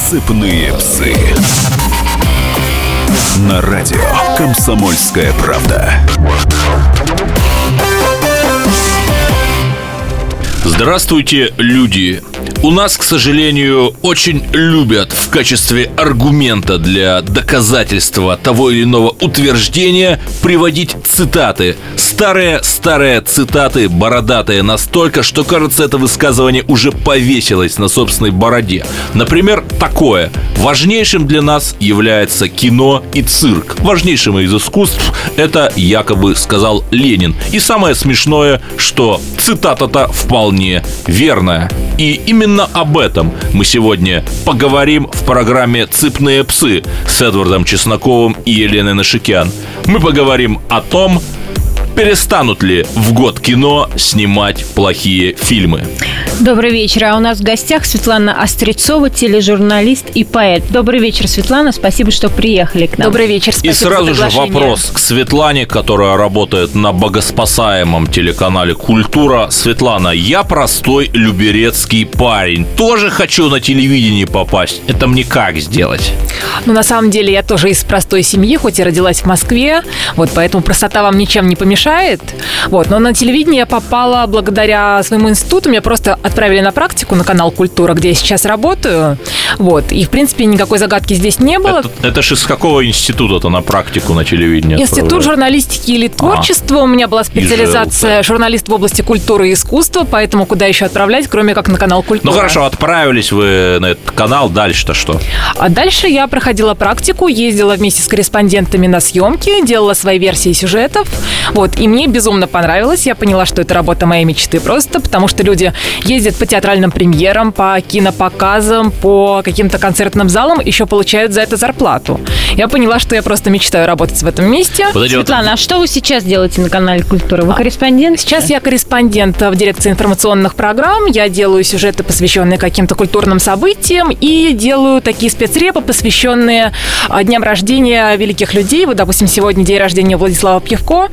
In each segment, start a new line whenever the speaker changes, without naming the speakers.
«Цепные псы». На радио «Комсомольская правда».
Здравствуйте, люди! У нас, к сожалению, очень любят в качестве аргумента для доказательства того или иного утверждения приводить цитаты. Старые цитаты, бородатые настолько, что, кажется, это высказывание уже повесилось на собственной бороде. Например, такое: важнейшим для нас является кино и цирк. Важнейшим из искусств — это якобы сказал Ленин. И самое смешное, что цитата-то вполне верная. И именно об этом мы сегодня поговорим в программе «Цепные псы» с Эдвардом Чесноковым и Еленой Нашикян. Мы поговорим о том, перестанут ли в год кино снимать плохие фильмы.
Добрый вечер. А у нас в гостях Светлана Острецова, тележурналист и поэт. Добрый вечер, Светлана. Спасибо, что приехали к нам.
Добрый вечер. Спасибо.
И сразу же вопрос к Светлане, которая работает на богоспасаемом телеканале «Культура». Светлана, я простой люберецкий парень. Тоже хочу на телевидение попасть. Это мне как сделать?
Ну, на самом деле, я тоже из простой семьи, хоть и родилась в Москве. Вот, поэтому простота вам ничем не помешает. Вот, но на телевидение я попала благодаря своему институту. Меня просто отправили на практику на канал «Культура», где я сейчас работаю. Вот, и, в принципе, никакой загадки здесь не было.
Это же из какого института-то на практику на телевидение?
Институт журналистики или творчества. У меня была специализация журналист в области культуры и искусства, поэтому куда еще отправлять, кроме как на канал «Культура».
Ну хорошо, отправились вы на этот канал, дальше-то что?
А дальше я проходила практику, ездила вместе с корреспондентами на съемки, делала свои версии сюжетов. Вот, и мне безумно понравилось. Я поняла, что это работа моей мечты просто, потому что люди ездят по театральным премьерам, по кинопоказам, по каким-то концертным залам, еще получают за это зарплату. Я поняла, что я просто мечтаю работать в этом месте.
Светлана, а что вы сейчас делаете на канале «Культура»? Вы корреспондент?
Сейчас я корреспондент в дирекции информационных программ. Я делаю сюжеты, посвященные каким-то культурным событиям, и делаю такие спецрепы, посвященные дням рождения великих людей. Вот, допустим, сегодня день рождения Владислава Пивко.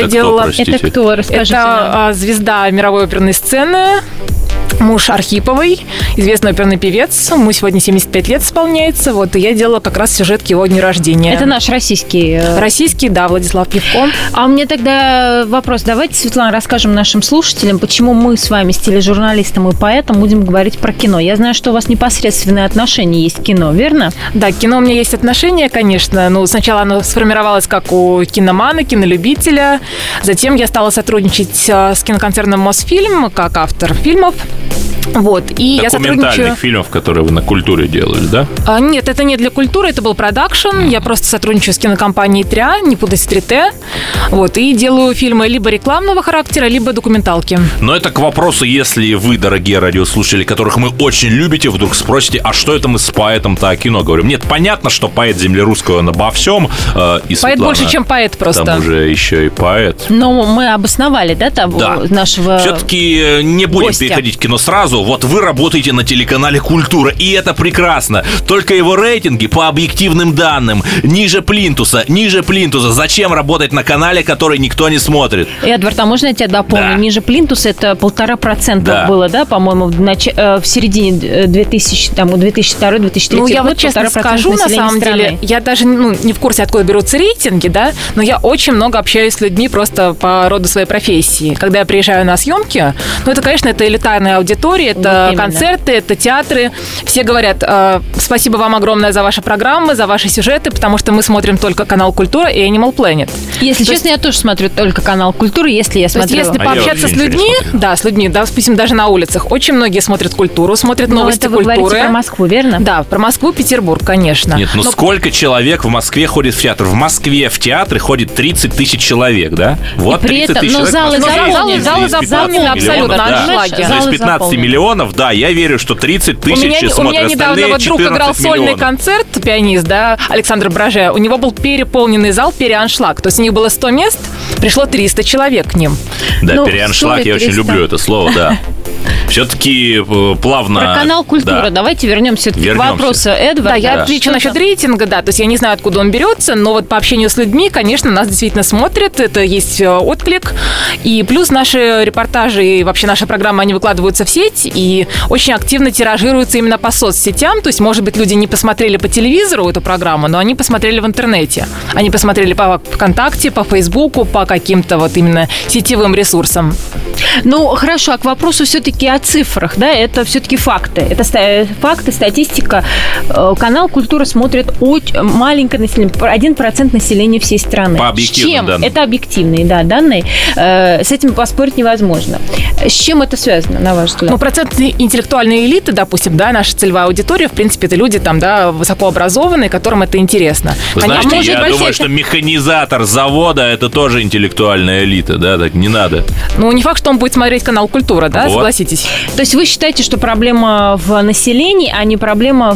Это кто? Расскажите нам.
Это звезда мировой оперной сцены, муж Архиповой, известный оперный певец. Ему сегодня 75 лет исполняется. Вот, и я делала как раз сюжет к его дню рождения.
Это наш российский.
Российский, да, Владислав Пивко.
А у меня тогда вопрос. Давайте, Светлана, расскажем нашим слушателям, почему мы с вами, с тележурналистом и поэтом, будем говорить про кино. Я знаю, что у вас непосредственное отношение есть к кино, верно?
Да, к кино у меня есть отношение, конечно. Ну, сначала оно сформировалось как у киномана, кинолюбителя. Затем я стала сотрудничать с киноконцерном «Мосфильм» как автор фильмов. Вот, и я сотрудничаю...
Документальных фильмов, которые вы на «Культуре» делали, да?
Нет, это не для «Культуры», это был продакшн. Я просто сотрудничаю с кинокомпанией «Тря», не путать с 3Т. Вот, и делаю фильмы либо рекламного характера, либо документалки.
Но это к вопросу, если вы, дорогие радиослушатели, которых мы очень любите, вдруг спросите, а что это мы с поэтом-то о кино говорим? Нет, понятно, что поэт земли русской, он обо всем. И
поэт Светлана, больше, чем поэт просто.
Там уже еще и поэт.
Но мы обосновали, да, того нашего
все-таки не будем
гостя.
переходить к кино сразу. Вот вы работаете на телеканале «Культура», и это прекрасно. Только его рейтинги по объективным данным ниже плинтуса. Зачем работать на канале, который никто не смотрит?
Эдвард, а можно я тебя дополню?
Да.
Ниже плинтуса это 1,5% было, да, по-моему, в середине 2002-2003
Ну, я
год,
вот честно скажу, на самом деле, я даже не в курсе, откуда берутся рейтинги, да, но я очень много общаюсь с людьми просто по роду своей профессии. Когда я приезжаю на съемки, ну, это, конечно, это элитарная аудитория, это концерты, это театры. Все говорят, спасибо вам огромное за ваши программы, за ваши сюжеты, потому что мы смотрим только канал «Культура» и Animal Planet.
Если честно, я тоже смотрю только канал «Культура», если я смотрю.
Если пообщаться с людьми, допустим, даже на улицах, очень многие смотрят «Культуру», смотрят новости
это вы
культуры.
говорите про Москву, верно?
Да, про Москву, Петербург, конечно.
Нет, но сколько человек в Москве ходит в театр? В Москве в театры ходит 30 тысяч человек, да? Вот 30 тысяч человек.
Залы заполнены абсолютно, на аншлаге.
Из 15 миллионов, да, я верю, что 30 тысяч смотрят.
У меня недавно вот друг играл сольный концерт, пианист, да, Александр Браже. У него был переполненный зал, переаншлаг. То есть у них было 100 мест, пришло 300 человек к ним.
Да, переаншлаг, я очень люблю это слово, да. все-таки плавно...
Про канал «Культура».
Да.
Давайте вернемся к вопросу Эдварда.
Да, я отвечу насчет рейтинга, да, то есть я не знаю, откуда он берется, но вот по общению с людьми, конечно, нас действительно смотрят, это есть отклик, и плюс наши репортажи и вообще наши программы, они выкладываются в сеть и очень активно тиражируются именно по соцсетям, то есть, может быть, люди не посмотрели по телевизору эту программу, но они посмотрели в интернете, они посмотрели по ВКонтакте, по Фейсбуку, по каким-то вот именно сетевым ресурсам.
Ну, хорошо, а к вопросу все-таки о цифрах, да, это все-таки факты. Это факты, статистика. Канал «Культура» смотрит очень маленькое население, 1% населения всей страны.
По объективным
С чем?
данным.
Это объективные, да, данные. С этим поспорить невозможно. С чем это связано, на ваш взгляд?
Ну, процент интеллектуальной элиты, допустим, да, наша целевая аудитория, в принципе, это люди там, да, высокообразованные, которым это интересно.
Вы знаете,
может
я
быть,
думаю,
это-
что механизатор завода – это тоже интеллектуальная элита, да, так не надо.
Ну, не факт, что он будет смотреть канал «Культура», да,
Вот.
согласитесь?
То есть вы считаете, что проблема в населении, а не проблема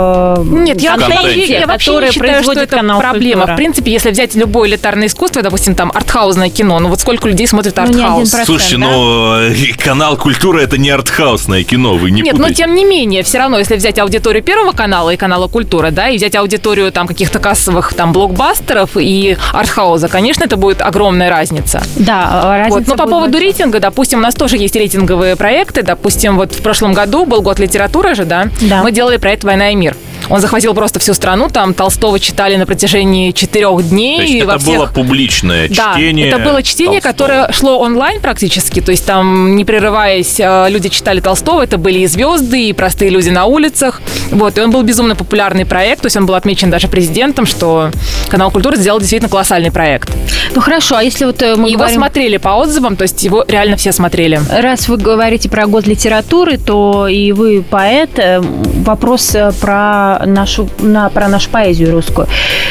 в
Нет, я
контенте,
вообще
который
не считаю, что
производит
это
канал
проблема.
«Культура».
В принципе, если взять любое элитарное искусство, допустим, там артхаусное кино, ну вот сколько людей смотрит
Ну, не
артхаус?
1%.
Слушайте,
да?
ну, канал «Культура» – это не артхаусное кино, вы не
Нет, но
путайте.
тем не менее, все равно, если взять аудиторию Первого канала и канала «Культура», да, и взять аудиторию там каких-то кассовых там блокбастеров и артхауза, конечно, это будет огромная разница.
Да, разница
Вот. Но по
будет
поводу
большая.
рейтинга, допустим, у нас тоже есть рейтинговые проекты. Допустим, вот в прошлом году был год литературы же, да?
Да.
Мы делали проект «Война и мир». Он захватил просто всю страну, там Толстого читали на протяжении 4 дней.
То есть
и
это
во всех...
было публичное
Да,
чтение.
это было чтение,
Толстого.
которое шло онлайн практически, то есть там, не прерываясь, люди читали Толстого, это были и звезды, и простые люди на улицах, вот, и он был безумно популярный проект, то есть он был отмечен даже президентом, что канал «Культура» сделал действительно колоссальный проект.
Ну хорошо, а если вот мы
Его
говорим...
смотрели по отзывам, то есть его реально все смотрели.
Раз вы говорите про год литературы, то и вы поэт. Вопрос про нашу поэзию русскую.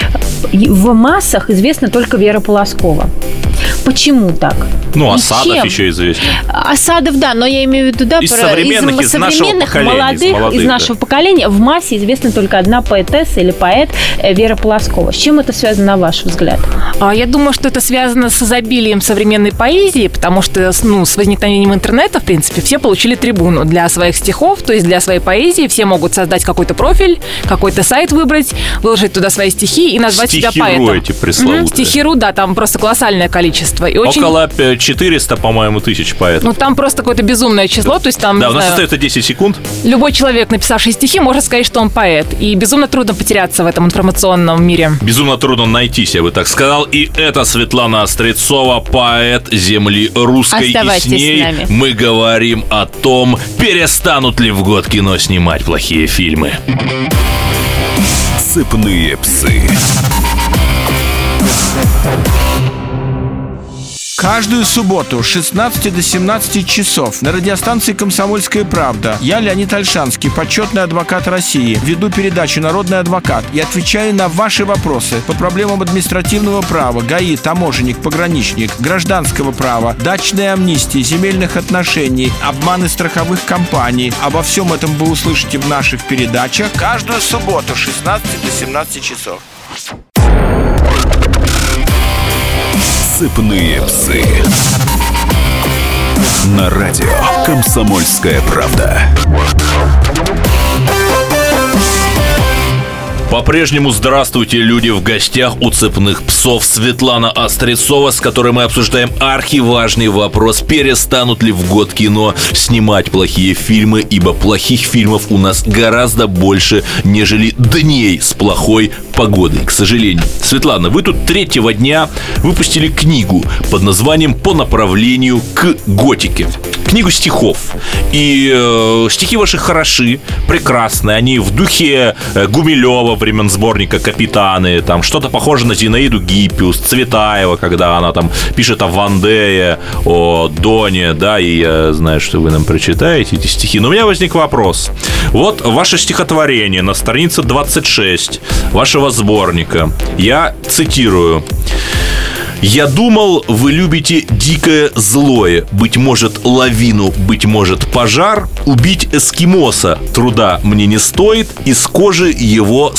В массах известна только Вера Полоскова. Почему так?
Ну,
И
Асадов
чем?
еще известен.
Асадов, да, но я имею в виду, да,
Из современных, из нашего поколения, из молодых,
нашего
да.
поколения в массе известна только одна поэтесса или поэт Вера Полоскова. С чем это связано, на ваш взгляд?
Я думаю, что это связано с изобилием современной поэзии, потому что с возникновением интернета, в принципе, все получили трибуну для своих стихов, то есть для своей поэзии. Все могут создать какой-то профиль, какой-то сайт выбрать, выложить туда свои стихи и назвать себя
Стихи.ру
поэтом.
эти пресловутые.
Стихи.ру, да, там просто колоссальное количество. И очень...
Около 400, по-моему, тысяч поэтов.
Ну, там просто какое-то безумное число, то есть там,
Да,
не
у нас
знаю,
остается 10 секунд.
любой человек, написавший стихи, может сказать, что он поэт. И безумно трудно потеряться в этом информационном мире.
Безумно трудно найтись, я бы так сказал. И это Светлана Острецова, поэт земли русской.
Оставайтесь
и с ней
с нами.
мы говорим о том, перестанут ли в год кино снимать плохие фильмы.
Цепные псы.
Каждую субботу с 16 до 17 часов на радиостанции «Комсомольская правда» я, Леонид Ольшанский, почетный адвокат России, веду передачу «Народный адвокат» и отвечаю на ваши вопросы по проблемам административного права, ГАИ, таможенник, пограничник, гражданского права, дачной амнистии, земельных отношений, обманы страховых компаний. Обо всем этом вы услышите в наших передачах каждую субботу с 16 до 17 часов.
Цепные псы. На радио «Комсомольская правда».
По-прежнему здравствуйте, люди, в гостях у цепных псов Светлана Острецова, с которой мы обсуждаем архиважный вопрос, перестанут ли в год кино снимать плохие фильмы, ибо плохих фильмов у нас гораздо больше, нежели дней с плохой погодой, к сожалению. Светлана, вы тут 3-го дня выпустили книгу под названием «По направлению к готике». Книгу стихов. И стихи ваши хороши, прекрасны. Они в духе Гумилева времен сборника «Капитаны». Там что-то похоже на Зинаиду Гиппиус, Цветаева, когда она там пишет о Ван Дее, о Доне, да, и я знаю, что вы нам прочитаете эти стихи. Но у меня возник вопрос. Вот ваше стихотворение на странице 26 вашего сборника. Я цитирую. Я думал, вы любите дикое злое. Быть может, лавину, быть может, пожар. Убить эскимоса труда мне не стоит. Из кожи его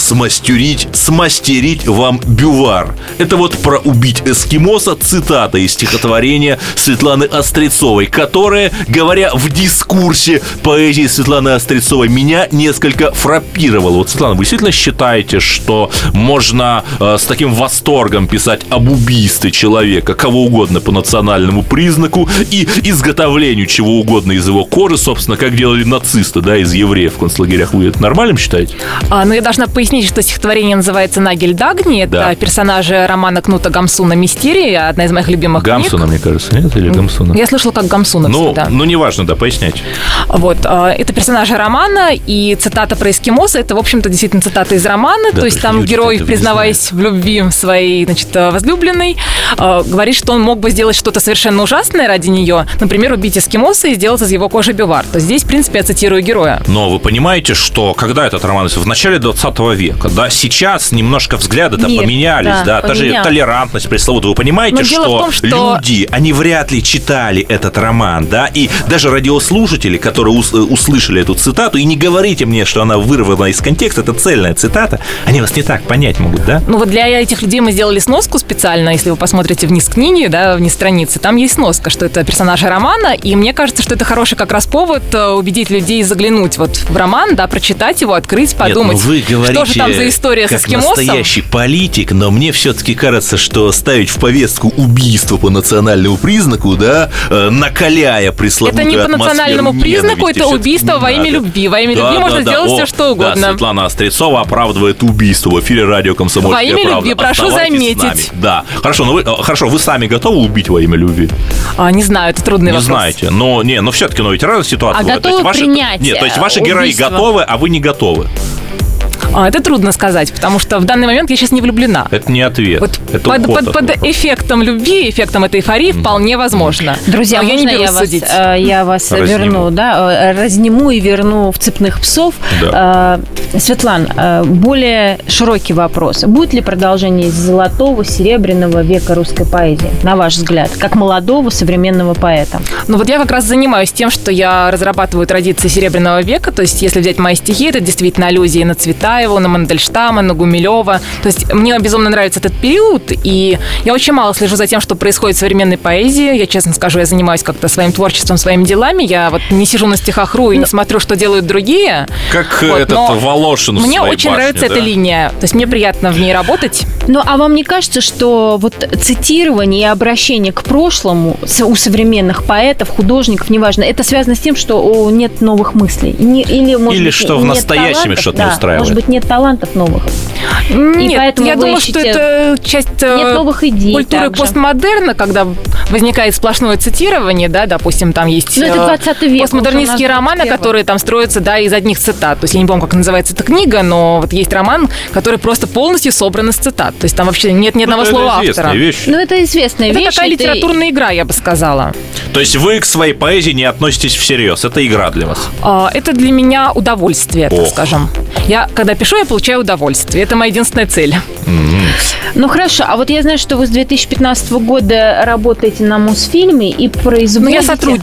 смастерить вам бювар. Это вот про убить эскимоса цитата из стихотворения Светланы Острецовой, которая, говоря в дискурсе поэзии Светланы Острецовой, меня несколько фраппировала. Вот, Светлана, вы действительно считаете, что можно с таким восторгом писать об убийстве человека, кого угодно по национальному признаку и изготовлению чего угодно из его кожи, собственно, как делали нацисты, да, из евреев в концлагерях? Вы это нормальным считаете?
Ну, я должна пояснить, что стихотворение называется «Нагель Дагни». Это персонажи романа Кнута Гамсуна «Мистерия», одна из моих любимых
Гамсуна,
книг.
мне кажется, нет? Или Гамсуна?
Я слышала, как Гамсуна всегда.
Ну, неважно, да, поясняйте.
Вот, это персонажи романа, и цитата про эскимоса, это, в общем-то, действительно цитата из романа,
Да,
то есть там герой, признаваясь в любви своей, значит, возлюбленной, говорит, что он мог бы сделать что-то совершенно ужасное ради нее, например, убить эскимоса и сделать из его кожи бювар. То есть здесь, в принципе, я цитирую героя.
Но вы понимаете, что когда этот роман, в начале 20 века, да, сейчас немножко взгляды-то поменялись, да, та же толерантность пресловутая. Вы понимаете, что люди, они вряд ли читали этот роман, да, и даже радиослушатели, которые услышали эту цитату, и не говорите мне, что она вырвана из контекста, это цельная цитата, они вас не так понять могут, да?
Ну вот для этих людей мы сделали сноску специально, если вы посмотрите вниз книги, да, вниз страницы, там есть сноска, что это персонажи романа, и мне кажется, что это хороший как раз повод убедить людей заглянуть вот в роман, да, прочитать его, открыть, подумать,
Нет, вы говорите,
что же там за история с эскимосом.
Настоящий политик, но мне все-таки кажется, что ставить в повестку убийство по национальному признаку, да, накаляя пресловутую атмосферу
это не по национальному признаку, это убийство во имя любви. Во имя любви можно сделать все, что угодно.
Да, Светлана Острецова оправдывает убийство в эфире радио «Комсомольская правда».
Во имя любви, прошу заметить.
Да, хорошо, вы сами готовы убить во имя любви?
Не знаю, это трудный вопрос.
Не знаете, но все-таки, ведь разная ситуация.
Готовы принять
Нет, то есть ваши герои готовы, а вы не готовы.
Это трудно сказать, потому что в данный момент я сейчас не влюблена.
Это не ответ.
Вот
это
под эффектом любви, эффектом этой эйфории вполне возможно.
Друзья,
но я не берусь судить.
Я вас верну, да, разниму и верну в цепных псов. Да. Светлан, более широкий вопрос. Будет ли продолжение золотого, серебряного века русской поэзии, на ваш взгляд, как молодого современного поэта?
Ну вот я как раз занимаюсь тем, что я разрабатываю традиции серебряного века, то есть если взять мои стихи, это действительно аллюзии на Цветаеву, на Мандельштама, на Гумилева. То есть мне безумно нравится этот период, и я очень мало слежу за тем, что происходит в современной поэзии. Я честно скажу, я занимаюсь как-то своим творчеством, своими делами. Я вот не сижу на стихах.ру и не смотрю, что делают другие.
Как этот Волошин в
мне
своей
очень
башне,
нравится эта линия. То есть мне приятно в ней работать.
Ну, а вам не кажется, что вот цитирование и обращение к прошлому у современных поэтов, художников, неважно, это связано с тем, что нет новых мыслей? Или
что в настоящем что-то не устраивает?
Может быть, нет талантов новых?
Нет, я думаю, что это часть
нет новых идей
культуры
также.
Постмодерна, когда возникает сплошное цитирование, да, допустим, там есть
это 20 век,
постмодернистские романы, которые там строятся, да, из одних цитат. То есть я не помню, как называется эта книга, но вот есть роман, который просто полностью собран из цитат. То есть там вообще нет ни одного слова автора.
Это известная вещь.
Это такая литературная игра, я бы сказала.
То есть вы к своей поэзии не относитесь всерьез? Это игра для вас?
Это для меня удовольствие, так скажем. Я, когда пишу, я получаю удовольствие. Это моя единственная цель.
Ну, хорошо. А вот я знаю, что вы с 2015 года работаете на Мосфильме и производите...
Ну, я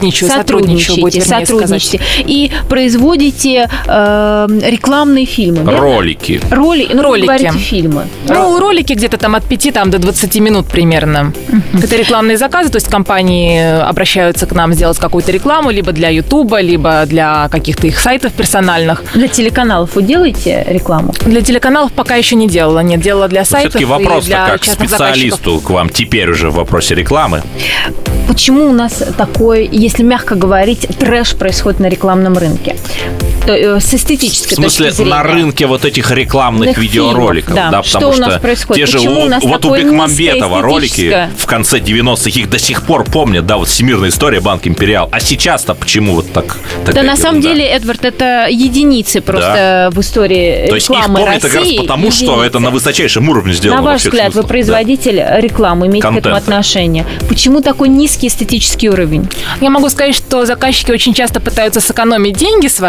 сотрудничаю.
И производите рекламные фильмы, верно?
Ролики.
Ролики. Вы говорите фильмы.
Ну, ролики где-то там от 5 до 20 минут примерно. Это рекламные заказы, то есть компании обращаются к нам сделать какую-то рекламу либо для Ютуба, либо для каких-то их сайтов персональных.
Для телеканалов вы делаете рекламу?
Для телеканалов пока еще не делала. Нет, делала для сайтов.
Все-таки вопрос как специалисту к вам теперь уже в вопросе рекламы.
Почему у нас такой, если мягко говорить, трэш происходит на рекламном рынке? С эстетической точки зрения.
В смысле, на рынке вот этих рекламных видеороликов.
Да,
потому
что у нас происходит?
Те же вот у Бекмамбетова ролики в конце 90-х, их до сих пор помнят, да, вот всемирная история, Банк Империал. А сейчас-то почему вот так?
Да, на самом деле, Эдвард, это единицы просто в истории рекламы России.
То есть их помнят как раз потому, что это на высочайшем уровне сделано.
На ваш взгляд, вы производитель рекламы, имеете к этому отношение. Почему такой низкий эстетический уровень?
Я могу сказать, что заказчики очень часто пытаются сэкономить деньги свои, да, то есть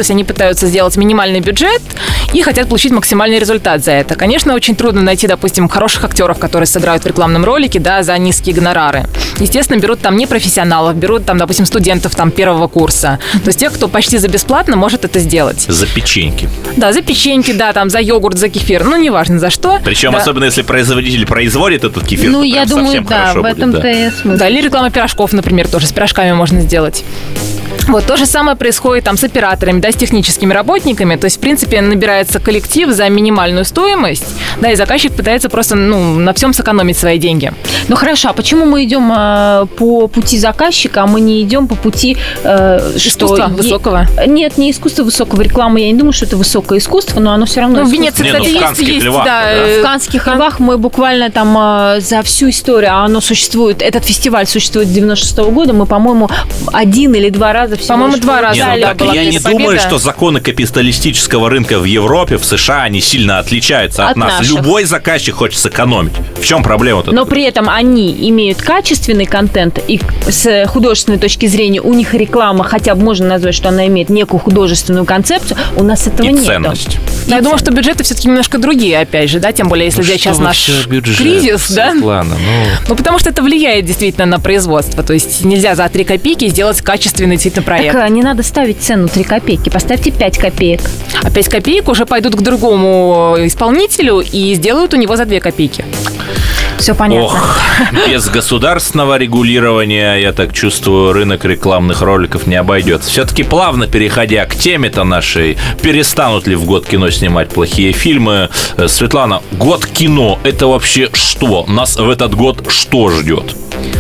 есть они пытаются сделать минимальный бюджет и хотят получить максимальный результат за это. Конечно, очень трудно найти, допустим, хороших актеров, которые сыграют в рекламном ролике, да, за низкие гонорары. Естественно, берут там не профессионалов, берут там, допустим, студентов там первого курса. То есть тех, кто почти за бесплатно может это сделать.
За печеньки.
Да, за печеньки, да, там за йогурт, за кефир, ну, неважно за что.
Причем,
да.
особенно если производитель производит этот кефир,
Ну,
то
я
прям
думаю,
совсем
да,
хорошо
в
будет,
этом-то
да.
и смысл.
Да, или реклама пирожков, например, тоже с пирожками можно сделать. Вот, то же самое происходит там с операторами, да, с техническими работниками. То есть, в принципе, набирается коллектив за минимальную стоимость, да, и заказчик пытается просто, на всем сэкономить свои деньги.
Ну хорошо, а почему мы идем по пути заказчика, а мы не идем по пути
Искусства высокого?
Нет, не искусство высокого. Реклама, я не думаю, что это высокое искусство, но оно все равно.
Ну, в
искусство.
Венеции, кстати,
в «Канских
есть,
львах»,
да.
В «Канских львах» мы буквально там за всю историю, а оно существует, этот фестиваль существует с 96-го года, мы, по-моему, 1 или 2 раза всего
По-моему,
лишь
2 раза.
Не, ну
получали.
так,
была
я не
«Победа».
думаю, что законы капиталистического рынка в Европе, в США, они сильно отличаются от
От
нас.
наших.
Любой заказчик хочет сэкономить. В чем проблема-то?
Но при этом они имеют качественный контент, и с художественной точки зрения у них реклама, хотя бы можно назвать, что она имеет некую художественную концепцию, у нас этого
И
нет.
ценность.
Но я думаю, что бюджеты все-таки немножко другие, опять же, да, тем более, если взять сейчас наш кризис, да.
Ладно,
Ну, потому что это влияет действительно на производство. То есть нельзя за 3 копейки сделать качественный действительно проект.
Так не надо ставить цену 3 копейки, поставьте 5 копеек.
А 5 копеек уже пойдут к другому исполнителю и сделают у него за 2 копейки.
Все понятно.
Ох, без государственного регулирования, я так чувствую, рынок рекламных роликов не обойдется. Все-таки плавно переходя к теме-то нашей, перестанут ли в год кино снимать плохие фильмы? Светлана, год кино – это вообще что? Нас в этот год что ждет?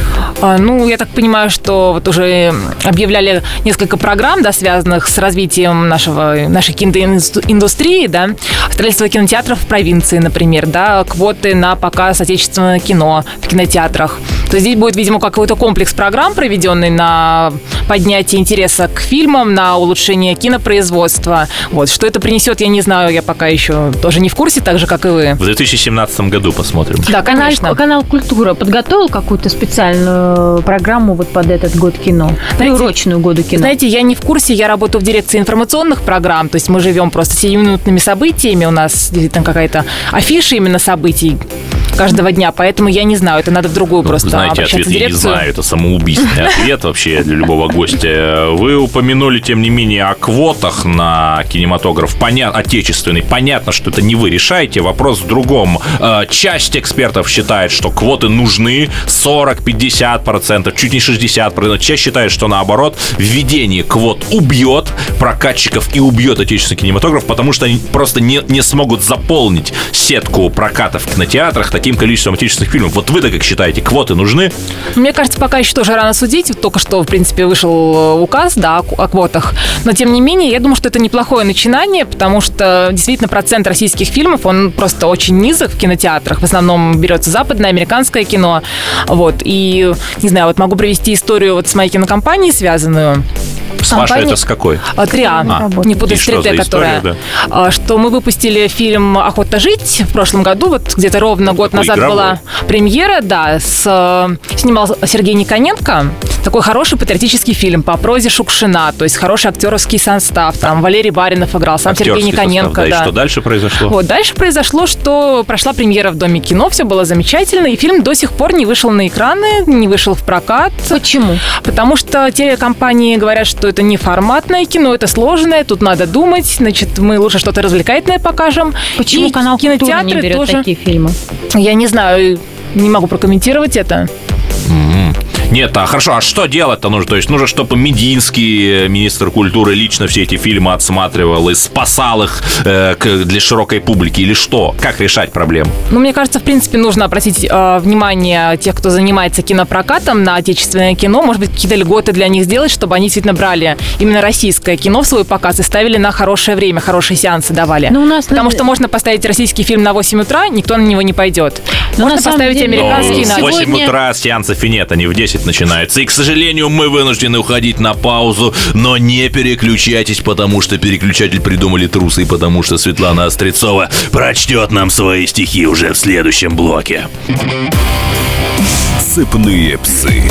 Я так понимаю, что вот уже объявляли несколько программ, да, связанных с развитием нашей киноиндустрии, да, строительство кинотеатров в провинции, например, да, квоты на показ отечественного кино в кинотеатрах. То есть здесь будет, видимо, какой-то комплекс программ, проведенный на поднятие интереса к фильмам, на улучшение кинопроизводства. Вот, что это принесет, я не знаю, я пока еще тоже не в курсе, так же, как и вы.
В 2017 году посмотрим.
Да, конечно.
Канал «Культура» подготовил какую-то специальную программу вот под этот год кино? Приуроченную году кино?
Знаете, я не в курсе, я работаю в дирекции информационных программ, то есть мы живем просто сиюминутными событиями, у нас действительно какая-то афиша именно событий каждого дня, поэтому я не знаю, это надо в другую просто
Знаете,
обращаться
ответ
в
я не
дирекцию.
знаю, это самоубийственный ответ вообще для любого гостя. Вы упомянули, тем не менее, о квотах на кинематограф, отечественный. Понятно, что это не вы решаете, вопрос в другом. Часть экспертов считает, что квоты нужны, 40-50%, чуть не 60%. Часть считает, что наоборот, введение квот убьет прокатчиков и убьет отечественный кинематограф, потому что они просто не смогут заполнить сетку прокатов в кинотеатрах таким количеством отечественных фильмов. Вот вы-то как считаете, квоты нужны?
Мне кажется, пока еще тоже рано судить. Только что, в принципе, вышел указ, да, о квотах. Но, тем не менее, я думаю, что это неплохое начинание, потому что, действительно, процент российских фильмов, он просто очень низок в кинотеатрах. В основном берется западное, американское кино. Вот. И, не знаю, вот могу привести историю вот с моей кинокомпанией связанную.
С вашей это с какой?
3А, не путать с 3D, которая. Да? Что мы выпустили фильм «Охота жить» в прошлом году, вот где-то ровно год назад
игровой.
была премьера, да, снимал Сергей Никоненко. Такой хороший патриотический фильм по прозе Шукшина, то есть хороший актерский состав. Там Валерий Баринов играл, сам Сергей Никоненко.
Да. И что дальше произошло?
Вот, дальше произошло, что прошла премьера в Доме кино, все было замечательно, и фильм до сих пор не вышел на экраны, не вышел в прокат.
Почему?
Потому что телекомпании говорят, что это не форматное кино, это сложное, тут надо думать, значит, мы лучше что-то развлекательное покажем.
Почему
И
канал «Культура» не берет
тоже.
такие фильмы?
Я не знаю, не могу прокомментировать это.
Нет, хорошо, а что делать-то нужно? То есть нужно, чтобы Мединский, министр культуры, лично все эти фильмы отсматривал и спасал их для широкой публики или что? Как решать проблему?
Мне кажется, в принципе, нужно обратить внимание тех, кто занимается кинопрокатом на отечественное кино, может быть, какие-то льготы для них сделать, чтобы они действительно брали именно российское кино в свой показ и ставили на хорошее время, хорошие сеансы давали. Потому что можно поставить российский фильм на 8 утра, никто на него не пойдет. Можно поставить американский на...
В 8 утра сеансов и нет, они в 10 начинаются. И, к сожалению, мы вынуждены уходить на паузу, но не переключайтесь, потому что переключатель придумали трусы, и потому что Светлана Острецова прочтет нам свои стихи уже в следующем блоке.
Цепные псы.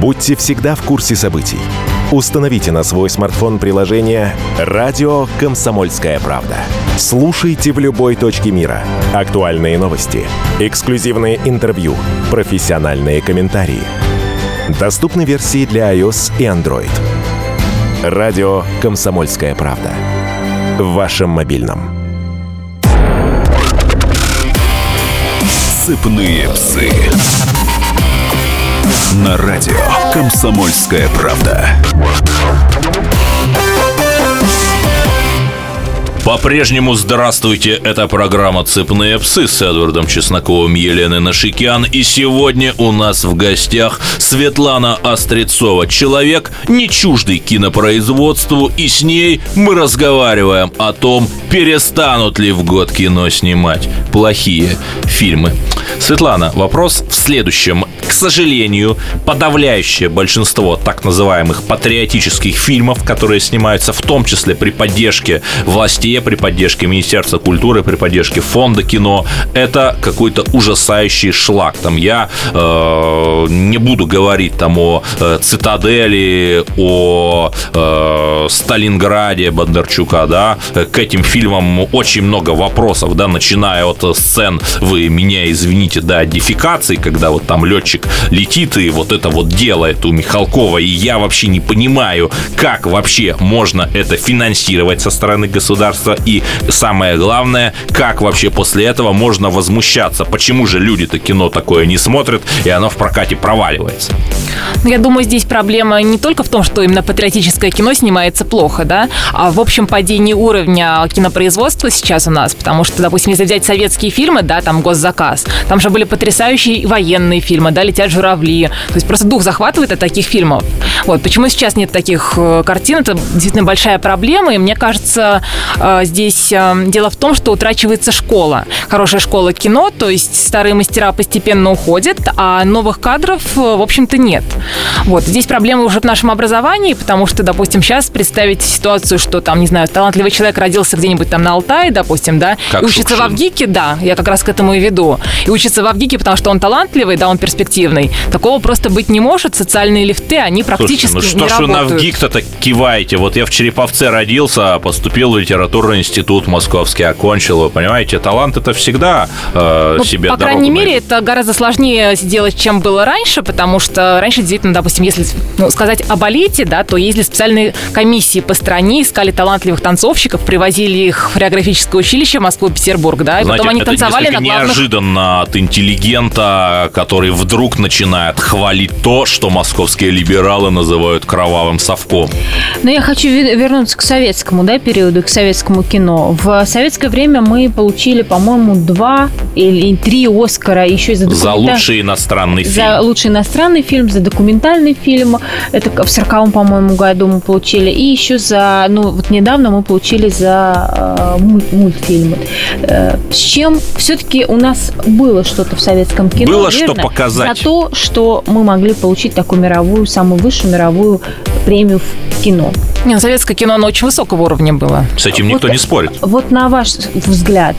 Будьте всегда в курсе событий. Установите на свой смартфон приложение «Радио Комсомольская правда». Слушайте в любой точке мира. Актуальные новости, эксклюзивные интервью, профессиональные комментарии. Доступны версии для iOS и Android. «Радио Комсомольская правда». В вашем мобильном.
Цепные псы. На радио «Комсомольская правда».
По-прежнему здравствуйте, это программа «Цепные псы» с Эдвардом Чесноковым, Еленой Нашикян. И сегодня у нас в гостях Светлана Острецова, человек, не чуждый кинопроизводству, и с ней мы разговариваем о том, перестанут ли в год кино снимать плохие фильмы. Светлана, вопрос в следующем. К сожалению, подавляющее большинство так называемых патриотических фильмов, которые снимаются в том числе при поддержке властей, при поддержке Министерства культуры, при поддержке фонда кино, это какой-то ужасающий шлак. Там я не буду говорить там о «Цитадели», о «Сталинграде» Бондарчука, да, к этим фильмам очень много вопросов, да, начиная от сцен, вы меня извините, да, дефекации, когда вот там летчик летит и вот это вот делает у Михалкова, и я вообще не понимаю, как вообще можно это финансировать со стороны государства, и самое главное, как вообще после этого можно возмущаться, почему же люди-то кино такое не смотрят, и оно в прокате проваливается.
Я думаю, здесь проблема не только в том, что именно патриотическое кино снимается плохо, да, а в общем падении уровня кинопроизводства сейчас у нас, потому что, допустим, если взять советские фильмы, да, там «Госзаказ», там же были потрясающие военные фильмы, да, «Летят журавли», то есть просто дух захватывает от таких фильмов. Вот, почему сейчас нет таких картин, это действительно большая проблема, и мне кажется, здесь дело в том, что утрачивается школа, хорошая школа кино, то есть старые мастера постепенно уходят, а новых кадров, в общем-то, нет. Вот, здесь проблема уже в нашем образовании, потому что, допустим, сейчас представить ситуацию, что там, не знаю, талантливый человек родился где-нибудь там на Алтае, допустим, да,
как
и учится
Шукшин.
в Авгике, да, я как раз к этому и веду, и учится в Авгике, потому что он талантливый, да, он перспективный, такого просто быть не может, социальные лифты, они практически
Слушайте,
не
ну что ж вы на
работают.
ВГИК-то так киваете? Вот я в Череповце родился, поступил в литературный институт московский, окончил, вы понимаете, талант это всегда себе
По
дорогу
крайней мере,
найдет.
это гораздо сложнее сделать, чем было раньше, потому что раньше действительно, допустим, если сказать о балете, да, то ездили специальные комиссии по стране, искали талантливых танцовщиков, привозили их в хореографическое училище Москву и Петербург, да, и
Знаете,
потом они
это
танцевали
несколько
на главных...
неожиданно от интеллигента, который вдруг начинает хвалить то, что московские либералы называют кровавым совком.
Но я хочу вернуться к советскому, да, периоду, к советскому кино. В советское время мы получили, по-моему, 2 или 3 Оскара еще и
За лучший иностранный фильм.
За лучший иностранный фильм, за документальный фильм. Это в 40-м, по-моему, году мы получили. И еще за... Ну, вот недавно мы получили за мультфильмы. С чем все-таки у нас было что-то в советском кино.
Было
верно?
что показать.
За то, что мы могли получить такую мировую, самую высшую мировую премию в кино.
Не, советское кино, оно очень высокого уровня было.
С этим никто не спорит.
Вот на ваш взгляд,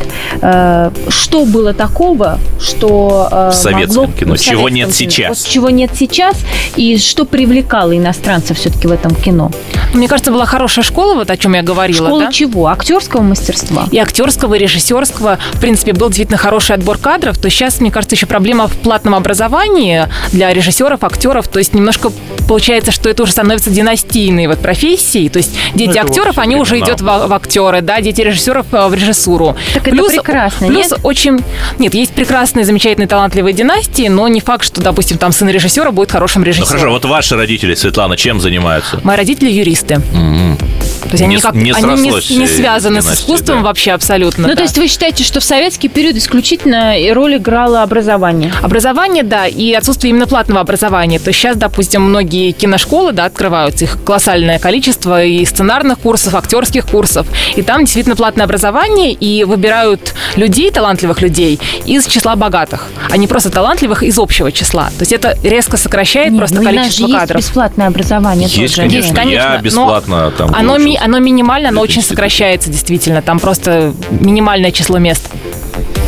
что было такого, что
В советском кино,
в
чего
советском
нет
кино,
сейчас?
вот чего нет сейчас, и что привлекало иностранцев все-таки в этом кино?
Мне кажется, была хорошая школа, вот о чем я говорила,
Школа
да?
чего? Актерского мастерства?
И актерского, и режиссерского. В принципе, был действительно хороший отбор кадров. То сейчас, мне кажется, еще проблема в платном образовании для режиссеров, актеров. То есть немножко получается, что это уже становится династийной вот профессией. То есть дети актеров, они уже идут в актеры, да, дети режиссеров в режиссуру.
Так это прекрасно,
плюс
нет?
очень... Нет, есть прекрасные, замечательные, талантливые династии, но не факт, что, допустим, там сын режиссера будет хорошим
Ну
режиссером.
хорошо, вот ваши родители, Светлана, чем занимаются?
Мои родители юристы. То есть они,
Не срослось
не связаны с
династия,
искусством
да.
вообще абсолютно.
Ну,
да.
то есть вы считаете, что в советский период исключительно роль играло образование?
Образование, да, и отсутствие именно платного образования. То есть сейчас, допустим, многие киношколы, да, открываются, их колоссальное количество, и сценарных курсов, актерских курсов. И там действительно платное образование, и выбирают людей, талантливых людей, из числа богатых, а не просто талантливых из общего числа. То есть это резко сокращает
Нет,
просто
ну,
количество
у нас же
кадров.
есть бесплатное образование
Есть,
тоже.
конечно,
Есть,
я
но
бесплатно там выучился.
Оно минимально, оно
в
очень
институте.
сокращается, действительно. Там просто минимальное число мест.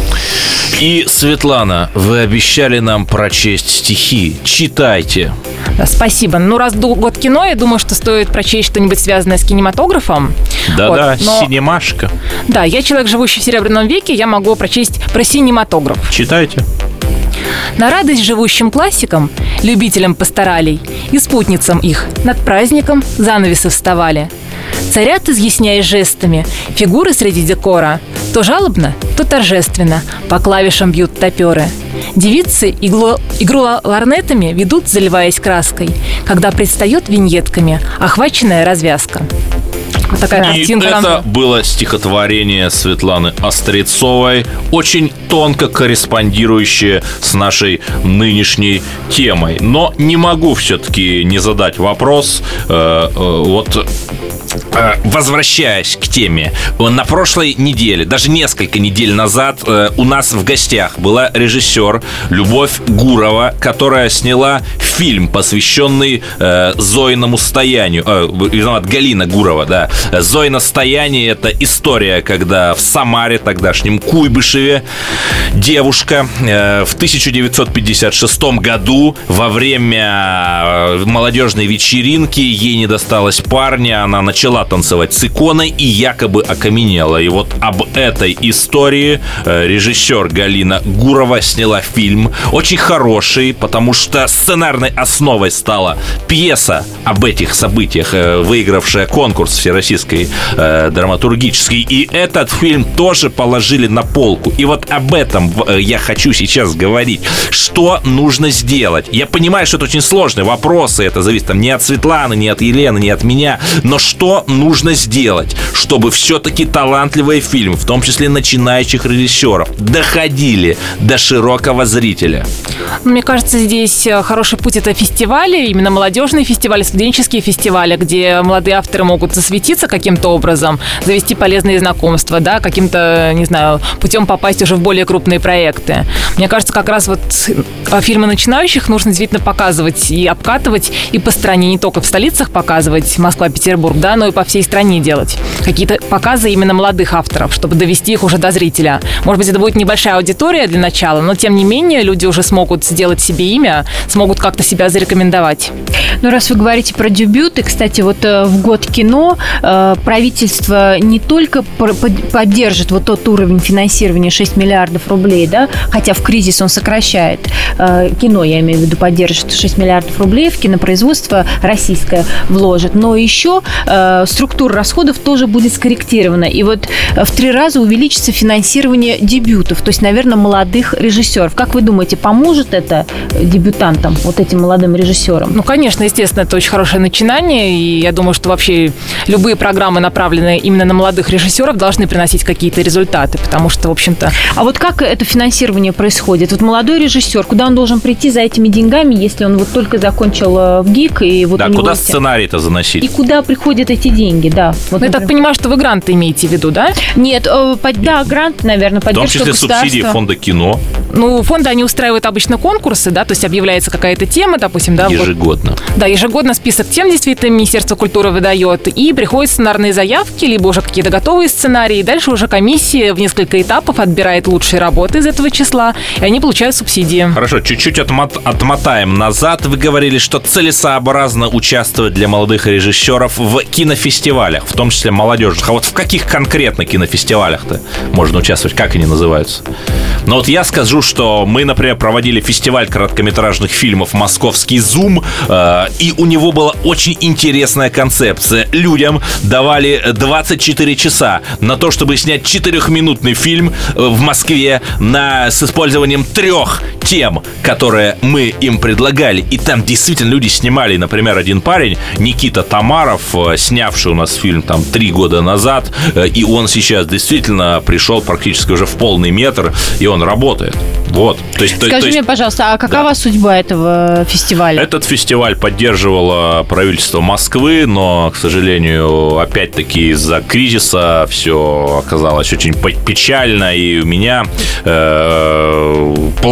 И, Светлана, вы обещали нам прочесть стихи. Читайте.
Да, спасибо. Ну, раз год кино, я думаю, что стоит прочесть что-нибудь связанное с кинематографом.
Да-да,
Вот, но...
синемашка.
Да, я человек, живущий в Серебряном веке, я могу прочесть про синематограф.
Читайте.
На радость живущим классикам, любителям пасторалей и спутницам их над праздником занавесы вставали. Царят, изъясняясь жестами, фигуры среди декора. То жалобно, то торжественно по клавишам бьют топеры. Девицы игру лорнетами ведут, заливаясь краской, когда предстает виньетками охваченная развязка. Вот такая
И это было стихотворение Светланы Острецовой, очень тонко корреспондирующее с нашей нынешней темой. Но не могу все-таки не задать вопрос. Возвращаясь к теме, на прошлой неделе, даже несколько недель назад, у нас в гостях была режиссер Любовь Гурова, которая сняла фильм, посвященный Зоиному стоянию. Галина Гурова, да. Зоина стояние — это история, когда в Самаре, тогдашнем Куйбышеве, девушка в 1956 году во время молодежной вечеринки, ей не досталось парня, она начала танцевать с иконой и якобы окаменела. И вот об этой истории режиссер Галина Гурова сняла фильм. Очень хороший, потому что сценарной основой стала пьеса об этих событиях, выигравшая конкурс всероссийский драматургический. И этот фильм тоже положили на полку. И вот об этом я хочу сейчас говорить. Что нужно сделать? Я понимаю, что это очень сложные вопросы. Это зависит не от Светланы, не от Елены, не от меня. Но что нужно сделать, чтобы все-таки талантливые фильмы, в том числе начинающих режиссеров, доходили до широкого зрителя?
Мне кажется, здесь хороший путь — это фестивали, именно молодежные фестивали, студенческие фестивали, где молодые авторы могут засветиться каким-то образом, завести полезные знакомства, да, каким-то, не знаю, путем попасть уже в более крупные проекты. Мне кажется, как раз вот фильмы начинающих нужно действительно показывать и обкатывать и по стране, не только в столицах показывать, Москва, Петербург, да, но и по всей стране делать. Какие-то показы именно молодых авторов, чтобы довести их уже до зрителя. Может быть, это будет небольшая аудитория для начала, но тем не менее люди уже смогут сделать себе имя, смогут как-то себя зарекомендовать.
Ну, раз вы говорите про дебюты, кстати, вот в год кино правительство не только поддержит вот тот уровень финансирования 6 миллиардов рублей, да, хотя в кризис он сокращает, кино, я имею в виду, поддержит 6 миллиардов рублей в кинопроизводство российское вложит, но еще структура расходов тоже будет скорректирована. И вот в 3 раза увеличится финансирование дебютов, то есть, наверное, молодых режиссеров. Как вы думаете, поможет это дебютантам, вот этим молодым режиссерам?
Ну, конечно, естественно, это очень хорошее начинание, и я думаю, что вообще любые программы, направленные именно на молодых режиссеров, должны приносить какие-то результаты, потому что, в общем-то...
А вот как это финансирование происходит? Вот молодой режиссер, куда он должен прийти за этими деньгами, если он вот только закончил ВГИК, и вот
да,
у него...
куда сценарий-то заносить?
И куда приходят эти деньги, да. Вот,
я так понимаю, что вы гранты имеете в виду, да?
Нет, да, грант, наверное, поддержка государства.
В том числе субсидии фонда кино.
Ну, фонды, они устраивают обычно конкурсы, да, то есть объявляется какая-то тема, допустим, да.
Ежегодно.
Да, ежегодно список тем действительно Министерство культуры выдает, и приходят сценарные заявки, либо уже какие-то готовые сценарии, и дальше уже комиссия в несколько этапов отбирает лучшие работы из этого числа, и они получают субсидии.
Хорошо, чуть-чуть отмотаем назад. Вы говорили, что целесообразно участвовать для молодых режиссеров в кинофестивалях, в том числе молодежных. А вот в каких конкретно кинофестивалях-то можно участвовать? Как они называются? Но вот я скажу, что мы, например, проводили фестиваль короткометражных фильмов «Московский зум», и у него была очень интересная концепция. Людям давали 24 часа на то, чтобы снять 4-минутный фильм в Москве с использованием 3 тем, которые мы им предлагали. И там действительно люди снимали. Например, один парень, Никита Тамаров, снявший у нас фильм там 3 года назад, и он сейчас действительно пришел практически уже в полный метр, и он работает. Вот.
Скажи мне, пожалуйста, а какова судьба этого фестиваля?
Этот фестиваль поддерживало правительство Москвы, но, к сожалению, опять-таки из-за кризиса все оказалось очень печально, и у меня плавно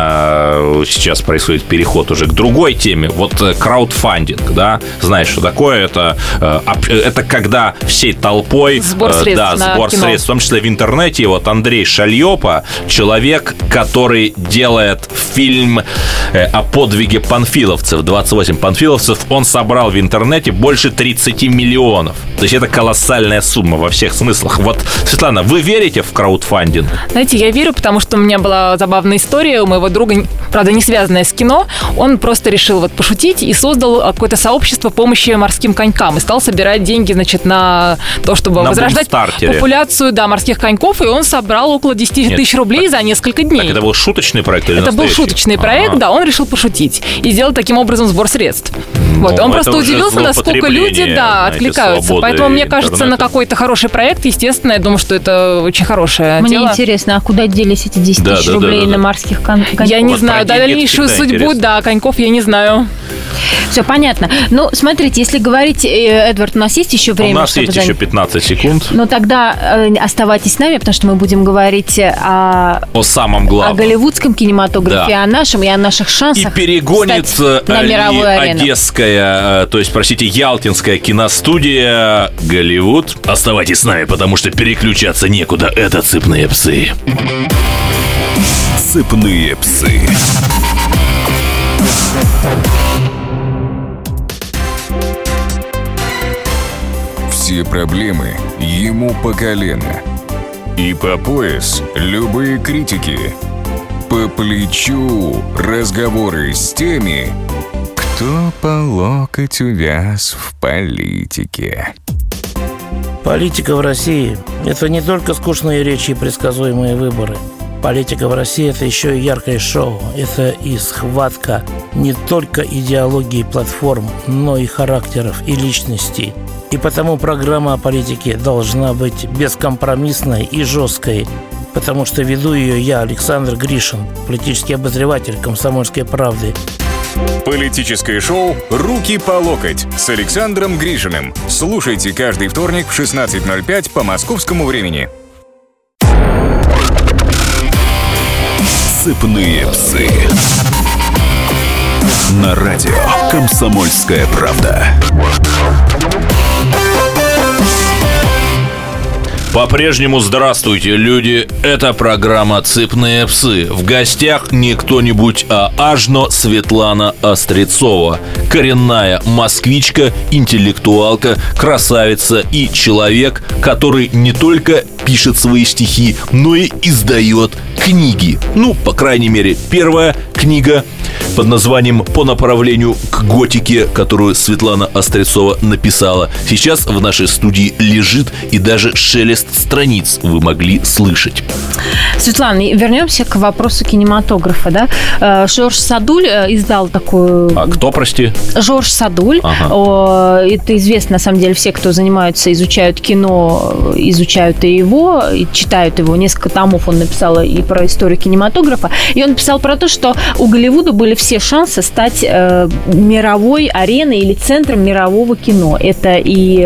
действительно сейчас происходит переход уже к другой теме. Вот краудфандинг, да, знаешь, что такое? Это когда всей толпой...
Сбор средств,
в том числе в интернете. И вот Андрей Шальёпа, человек, который делает фильм о подвиге панфиловцев, 28 панфиловцев, он собрал в интернете больше 30 миллионов. То есть это колоссальная сумма во всех смыслах. Вот, Светлана, вы верите в краудфандинг?
Знаете, я верю, потому что у меня была забавная история у моего друга, правда, не связанная с кино. Он просто решил вот пошутить и создал какое-то сообщество помощи морским конькам и стал собирать деньги, значит, на то, чтобы возрождать популяцию, да, морских коньков, и он собрал около 10 тысяч рублей за несколько дней.
Так это был шуточный проект или
Это был шуточный проект, да, он решил пошутить и сделать таким образом сбор средств. Вот, он просто удивился, насколько люди, да, откликаются. Поэтому, мне кажется, на какой-то хороший проект, естественно, я думаю, что это очень хорошее дело.
Мне интересно, а куда делись эти 10 тысяч рублей на морских коньков?
Я не знаю, дальнейшую судьбу, да, коньков я не знаю.
Все понятно. Ну, смотрите, если говорить, Эдвард, у нас есть еще время?
У нас есть еще 15 секунд.
Ну, тогда оставайтесь с нами, потому что мы будем говорить о
самом главном.
О голливудском кинематографе, да. О нашем и о наших шансах.
И перегонит
на мировую арену.
Одесская, то есть, простите, Ялтинская киностудия Голливуд. Оставайтесь с нами, потому что переключаться некуда. Это «Цепные псы».
«Цепные псы».
Все проблемы ему по колено. И по пояс любые критики. По плечу разговоры с теми, кто по локоть увяз в политике.
Политика в России – это не только скучные речи и предсказуемые выборы. Политика в России – это еще и яркое шоу. Это и схватка не только идеологии платформ, но и характеров и личностей. И потому программа о политике должна быть бескомпромиссной и жесткой, потому что веду ее я, Александр Гришин, политический обозреватель «Комсомольской правды».
Политическое шоу «Руки по локоть» с Александром Гришиным. Слушайте каждый вторник в 16:05 по московскому времени.
«Цепные псы». На радио «Комсомольская правда».
По-прежнему здравствуйте, люди. Это программа «Цепные псы». В гостях не кто-нибудь, а Ажно Светлана Острецова. Коренная москвичка, интеллектуалка, красавица и человек, который не только пишет свои стихи, но и издает книги. Ну, по крайней мере, первая книга под названием «По направлению к готике», которую Светлана Острецова написала, сейчас в нашей студии лежит, и даже шелест страниц вы могли слышать.
Светлана, вернемся к вопросу кинематографа, да? Жорж Садуль издал такую...
А кто, прости?
Жорж Садуль. Ага. Это известно, на самом деле, все, кто занимаются, изучают кино, изучают и его, и читают его. Несколько томов он написал и про историю кинематографа. И он писал про то, что у Голливуда были все шансы стать мировой ареной или центром мирового кино. Это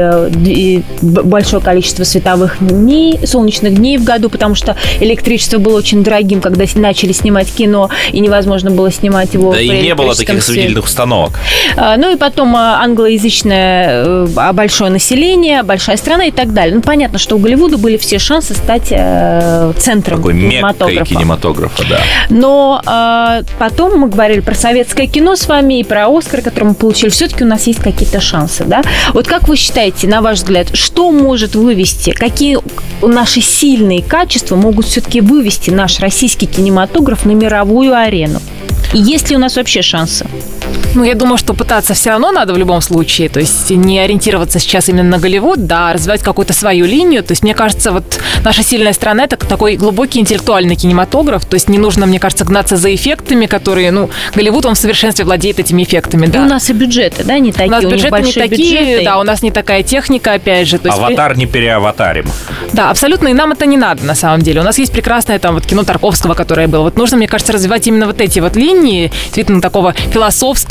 и большое количество световых дней, солнечных дней в году, потому что электричество было очень дорогим, когда начали снимать кино, и невозможно было снимать его.
Да и не было таких осветительных установок.
Ну и потом англоязычное большое население, большая страна и так далее. Ну, понятно, что у Голливуда были все шансы стать центром
такой кинематографа, да.
Но потом мы говорили про советское кино с вами и про «Оскар», который мы получили. Все-таки у нас есть какие-то шансы, да? Вот как вы считаете, на ваш взгляд, что может вывести, какие наши сильные качества могут все-таки вывести наш российский кинематограф на мировую арену? И есть ли у нас вообще шансы?
Ну, я думаю, что пытаться все равно надо в любом случае. То есть не ориентироваться сейчас именно на Голливуд, да, развивать какую-то свою линию. То есть, мне кажется, вот наша сильная страна – это такой глубокий интеллектуальный кинематограф. То есть не нужно, мне кажется, гнаться за эффектами, которые, Голливуд, он в совершенстве владеет этими эффектами, да.
И у нас и бюджеты, да, не такие.
У нас бюджеты не такие, бюджеты. Да, у нас не такая техника, опять же. То есть,
аватар не переаватарим.
Да, абсолютно, и нам это не надо, на самом деле. У нас есть прекрасное там вот кино Тарковского, которое было. Вот нужно, мне кажется, развивать именно вот эти вот линии, действительно, такого философского,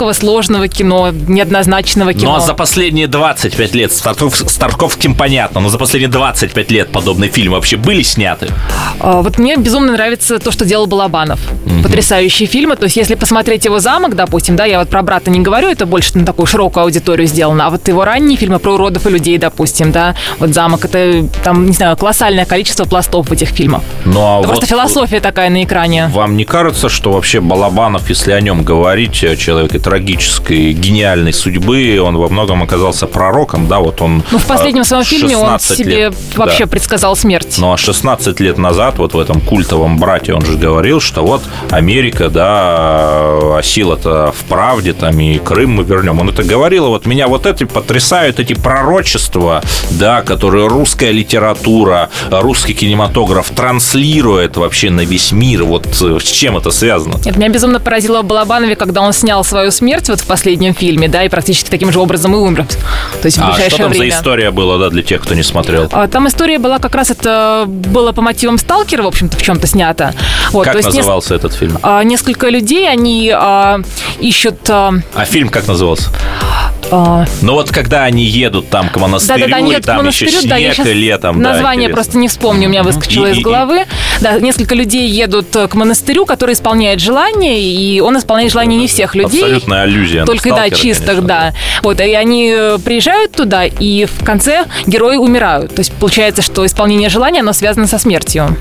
всякого сложного кино, неоднозначного кино.
Ну а за последние 25 лет, с Тарковским понятно, но за последние 25 лет подобные фильмы вообще были сняты?
Вот мне безумно нравится то, что делал Балабанов. Потрясающие фильмы. То есть, если посмотреть его «Замок», допустим, да, я вот про «Брата» не говорю, это больше на такую широкую аудиторию сделано, а вот его ранние фильмы про уродов и людей, допустим, да, вот «Замок», это там, не знаю, колоссальное количество пластов в этих фильмах.
Ну, а
это
вот
просто философия такая на экране.
Вам не кажется, что вообще Балабанов, если о нем говорить, человек трагической, гениальной судьбы, он во многом оказался пророком, да, вот он...
Ну, в последнем своем фильме он себе вообще предсказал смерть.
Ну, а 16 лет назад вот в этом культовом «Брате» он же говорил, что вот Америка, да, а сила-то в правде, там, и Крым мы вернем. Он это говорил, и вот меня вот эти потрясают эти пророчества, да, которые русская литература, русский кинематограф транслирует вообще на весь мир. Вот с чем это связано?
Это меня безумно поразило в Балабанове, когда он снял свою смерть вот в последнем фильме, да, и практически таким же образом и умер. То есть в ближайшее
что там
время.
За история была, да, для тех, кто не смотрел?
Там история была как раз, это было по мотивам «Сталкера», в общем-то, в чем-то снято. Вот,
как
то есть
назывался этот фильм?
Несколько людей, они ищут...
А фильм как назывался? Ну вот когда они едут там к монастырю, и там еще снег, и летом.
Название просто не вспомню, у меня выскочило из головы. Да, несколько людей едут к монастырю, который исполняет желания, и он исполняет желания не всех людей.
Абсолютная аллюзия.
Только, да, чистых, конечно, да. Вот, и они приезжают туда, и в конце герои умирают. То есть получается, что исполнение желания, оно связано со смертью.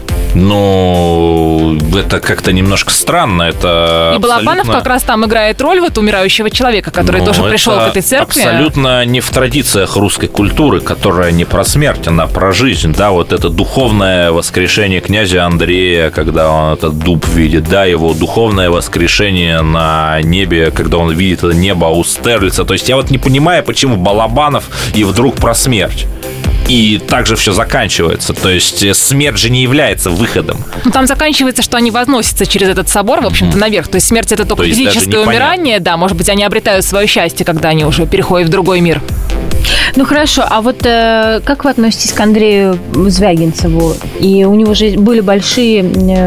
Ну, это как-то немножко странно. Это
и Балабанов как раз там играет роль вот умирающего человека, который тоже пришел к этой церкви.
Абсолютно не в традициях русской культуры, которая не про смерть, она про жизнь. Да, вот это духовное воскрешение князя Андрея, когда он этот дуб видит, да, его духовное воскрешение на небе, когда он видит это небо у Стерлица. То есть я вот не понимаю, почему Балабанов и вдруг про смерть. И также все заканчивается. То есть смерть же не является выходом.
Ну, там заканчивается, что они возносятся через этот собор, в общем-то, наверх. То есть смерть — это только физическое умирание. Да, может быть, они обретают свое счастье, когда они уже переходят в другой мир.
Ну хорошо, а вот как вы относитесь к Андрею Звягинцеву? И у него же были большие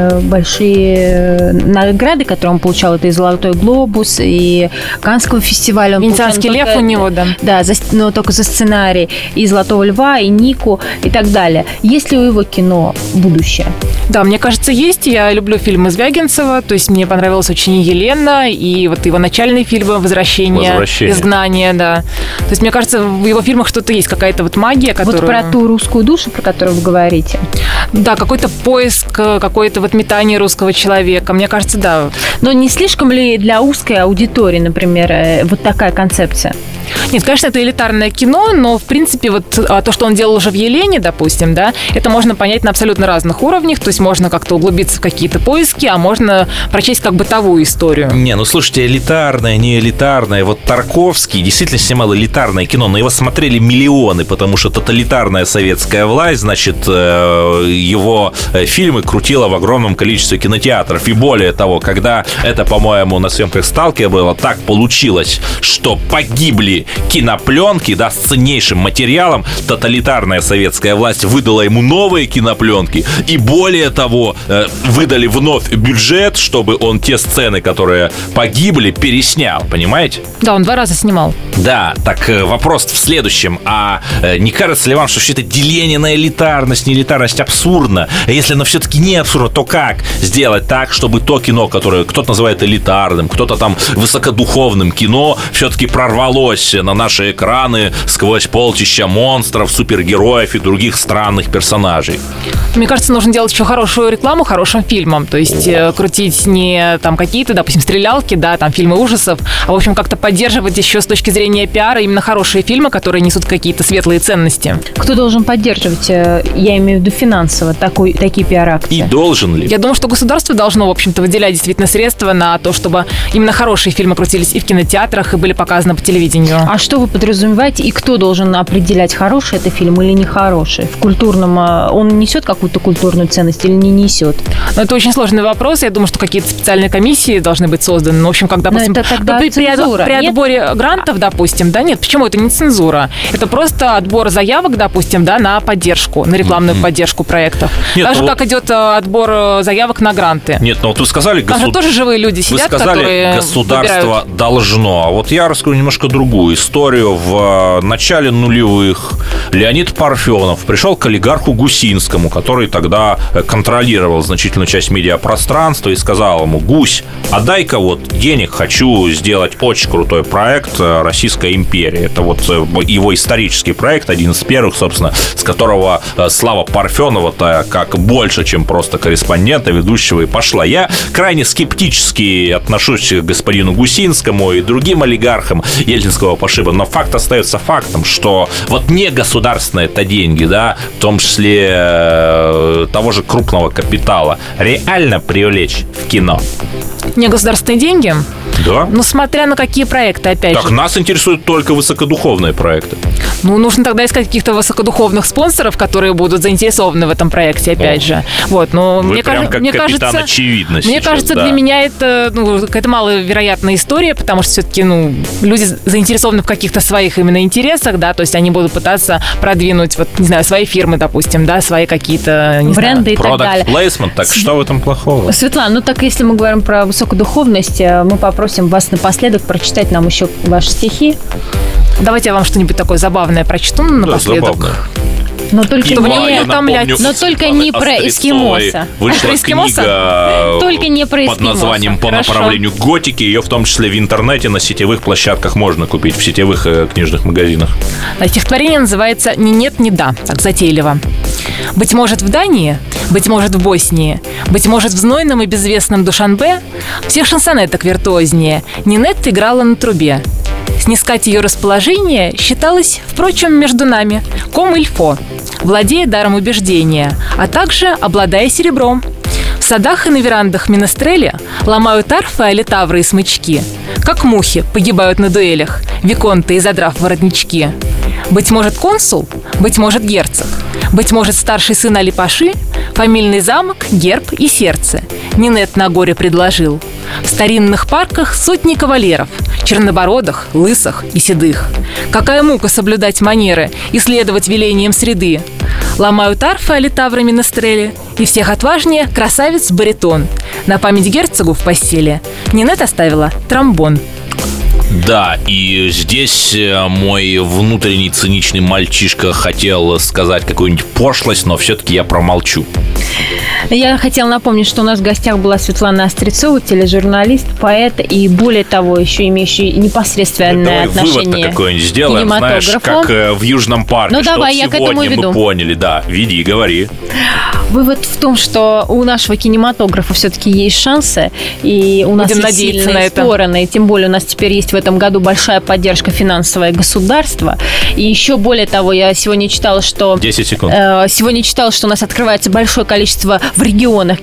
награды, которые он получал. Это и «Золотой глобус», и Каннского фестиваля.
«Венецианский лев» у него, да.
Да, но только за сценарий. И «Золотого льва», и «Нику», и так далее. Есть ли у его кино будущее?
Да, мне кажется, есть. Я люблю фильмы Звягинцева. То есть мне понравилась очень «Елена», и вот его начальные фильмы «Возвращение», «Изгнание», да. То есть мне кажется, в его фильмах что-то есть, какая-то вот магия, которая...
Вот про ту русскую душу, про которую вы говорите.
Да, какой-то поиск, какое-то вот метание русского человека. Мне кажется, да.
Но не слишком ли для узкой аудитории, например, вот такая концепция?
Нет, конечно, это элитарное кино, но, в принципе, вот то, что он делал уже в «Елене», допустим, да, это можно понять на абсолютно разных уровнях, то есть можно как-то углубиться в какие-то поиски, а можно прочесть как бытовую историю.
Не, ну, слушайте, элитарное, не элитарное. Вот Тарковский действительно снимал элитарное кино, но его смотрели миллионы, потому что тоталитарная советская власть, значит, его фильмы крутила в огромном количестве кинотеатров. И более того, когда это, по-моему, на съемках «Сталкера» было, так получилось, что погибли кинопленки, да, с ценнейшим материалом, тоталитарная советская власть выдала ему новые кинопленки и, более того, выдали вновь бюджет, чтобы он те сцены, которые погибли, переснял, понимаете?
Да, он 2 раза снимал.
Да, так вопрос в следующем. А не кажется ли вам, что все это деление на элитарность, не элитарность абсурдно? А если оно все-таки не абсурдно, то как сделать так, чтобы то кино, которое кто-то называет элитарным, кто-то там высокодуховным кино, все-таки прорвалось на наши экраны сквозь полчища монстров, супергероев и других странных персонажей?
Мне кажется, нужно делать еще хорошую рекламу хорошим фильмам. То есть крутить не там какие-то, допустим, стрелялки, да, там фильмы ужасов, а, в общем, как-то поддерживать еще с точки зрения пиара именно хорошие фильмы, которые несут какие-то светлые ценности.
Кто должен поддерживать, я имею в виду финансово, такие пиар-акции?
И должен ли?
Я думаю, что государство должно, в общем-то, выделять действительно средства на то, чтобы именно хорошие фильмы крутились и в кинотеатрах, и были показаны по телевидению.
А что вы подразумеваете, и кто должен определять, хороший это фильм или нехороший? В культурном, он несет какую-то культурную ценность или не несет?
Ну, это очень сложный вопрос. Я думаю, что какие-то специальные комиссии должны быть созданы. Ну, в общем, как, допустим, при отборе грантов, допустим, да нет, почему это не цензура? это просто отбор заявок, допустим, да, на поддержку, на рекламную поддержку проектов.
Нет,
так же, как идет отбор заявок на гранты.
Нет, ну вот вы сказали...
Там же тоже живые люди сидят,
вы сказали,
которые
государство
выбирают.
Должно. А вот я расскажу немножко другую историю. В начале нулевых Леонид Парфенов пришел к олигарху Гусинскому, который тогда контролировал значительную часть медиапространства, и сказал ему: Гусь, отдай-ка вот денег, хочу сделать очень крутой проект «Российская империя». Это вот его исторический проект, один из первых, собственно, с которого слава Парфенова-то как больше, чем просто корреспондента, ведущего, и пошла. Я крайне скептически отношусь к господину Гусинскому и другим олигархам ельцинского пошиба, но факт остается фактом, что вот не государственные это деньги, да, в том числе того же крупного капитала, реально привлечь в кино.
Не государственные деньги?
Да.
Ну, смотря на какие проекты, опять
Так,
же.
нас интересуют только высокодуховные проекты.
Ну, нужно тогда искать каких-то высокодуховных спонсоров, которые будут заинтересованы в этом проекте, опять же. Вот, но
Вы
мне
прям как
мне
капитан
кажется,
очевидность
мне
сейчас,
кажется,
да.
для меня это какая-то маловероятная история, потому что все-таки, люди заинтересованы в каких-то своих именно интересах, да, то есть они будут пытаться продвинуть, вот, не знаю, свои фирмы, допустим, да, свои какие-то, не
бренды и
знаю.
так далее.
Product placement, так что в этом плохого?
Светлана, так если мы говорим про высокодуховность, мы попросим вас напоследок прочитать нам еще ваши стихи.
Давайте я вам что-нибудь такое забавное прочту напоследок.
Забавно.
Но только
Чтобы
не,
не утомлять.
но только не про эскимоса.
Вышла
Про эскимоса?
книга
Только не про
под
эскимоса.
названием «По
Хорошо.
направлению к готике». Ее в том числе в интернете на сетевых площадках можно купить, в сетевых книжных магазинах.
Стихотворение называется «Ни нет, ни да», так затейливо. Быть может, в Дании, быть может, в Боснии, быть может, в знойном и безвестном Душанбе всех шансонеток виртуознее Нинет играла на трубе. Снискать ее расположение считалось, впрочем, между нами ком иль фо, владея даром убеждения, а также обладая серебром. В садах и на верандах Минестрели ломают арфы, алитавры и смычки. Как мухи погибают на дуэлях, виконты, задрав воротнички. Быть может, консул, быть может, герцог, быть может, старший сын Али-Паши, фамильный замок, герб и сердце Нинет на горе предложил. В старинных парках сотни кавалеров, чернобородых, лысых и седых. Какая мука соблюдать манеры и следовать велениям среды. Ломают арфы алитавры Минестрели, и всех отважнее красавец-баритон. На память герцогу в постели Нинет оставила тромбон.
Да, и здесь мой внутренний циничный мальчишка хотел сказать какую-нибудь пошлость, но все-таки я промолчу.
Я хотела напомнить, что у нас в гостях была Светлана Острецова, тележурналист, поэт и, более того, еще имеющий непосредственное
Давай вывод-то
отношение
какой-нибудь
к
сделаем, знаешь,
кинематографу.
как в Южном парке.
Ну,
что
давай, я к этому
сегодня
веду.
мы поняли, да. Веди, говори.
Вывод в том, что у нашего кинематографа все-таки есть шансы, и у нас
Будем
есть
надеяться
сильные
на это.
стороны, и тем более у нас теперь есть в этом году большая поддержка финансовая государства. И еще более того, я сегодня читала, что...
10 секунд.
Сегодня читала, что у нас открывается большое количество в регионах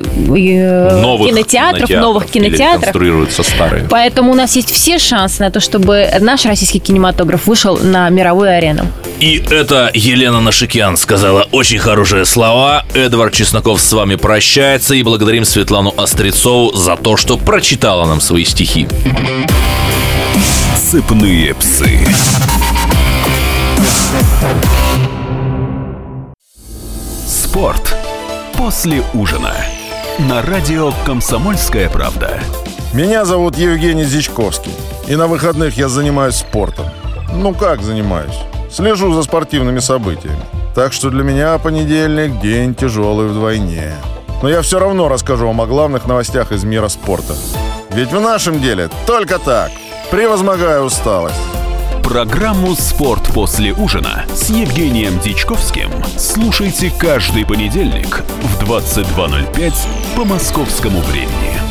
кинотеатров, новых
или
кинотеатров.
конструируются старые.
Поэтому у нас есть все шансы на то, чтобы наш российский кинематограф вышел на мировую арену.
И это Елена Нашикян сказала очень хорошие слова. Эдвард Чесноков с вами прощается. И благодарим Светлану Острецову за то, что прочитала нам свои стихи.
Цепные псы. Спорт после ужина. На радио «Комсомольская правда».
Меня зовут Евгений Зичковский. И на выходных я занимаюсь спортом. Ну как занимаюсь? Слежу за спортивными событиями. Так что для меня понедельник – день тяжелый вдвойне. Но я все равно расскажу вам о главных новостях из мира спорта. Ведь в нашем деле только так, превозмогая усталость.
Программу «Спорт после ужина» с Евгением Дичковским слушайте каждый понедельник в 22:05 по московскому времени.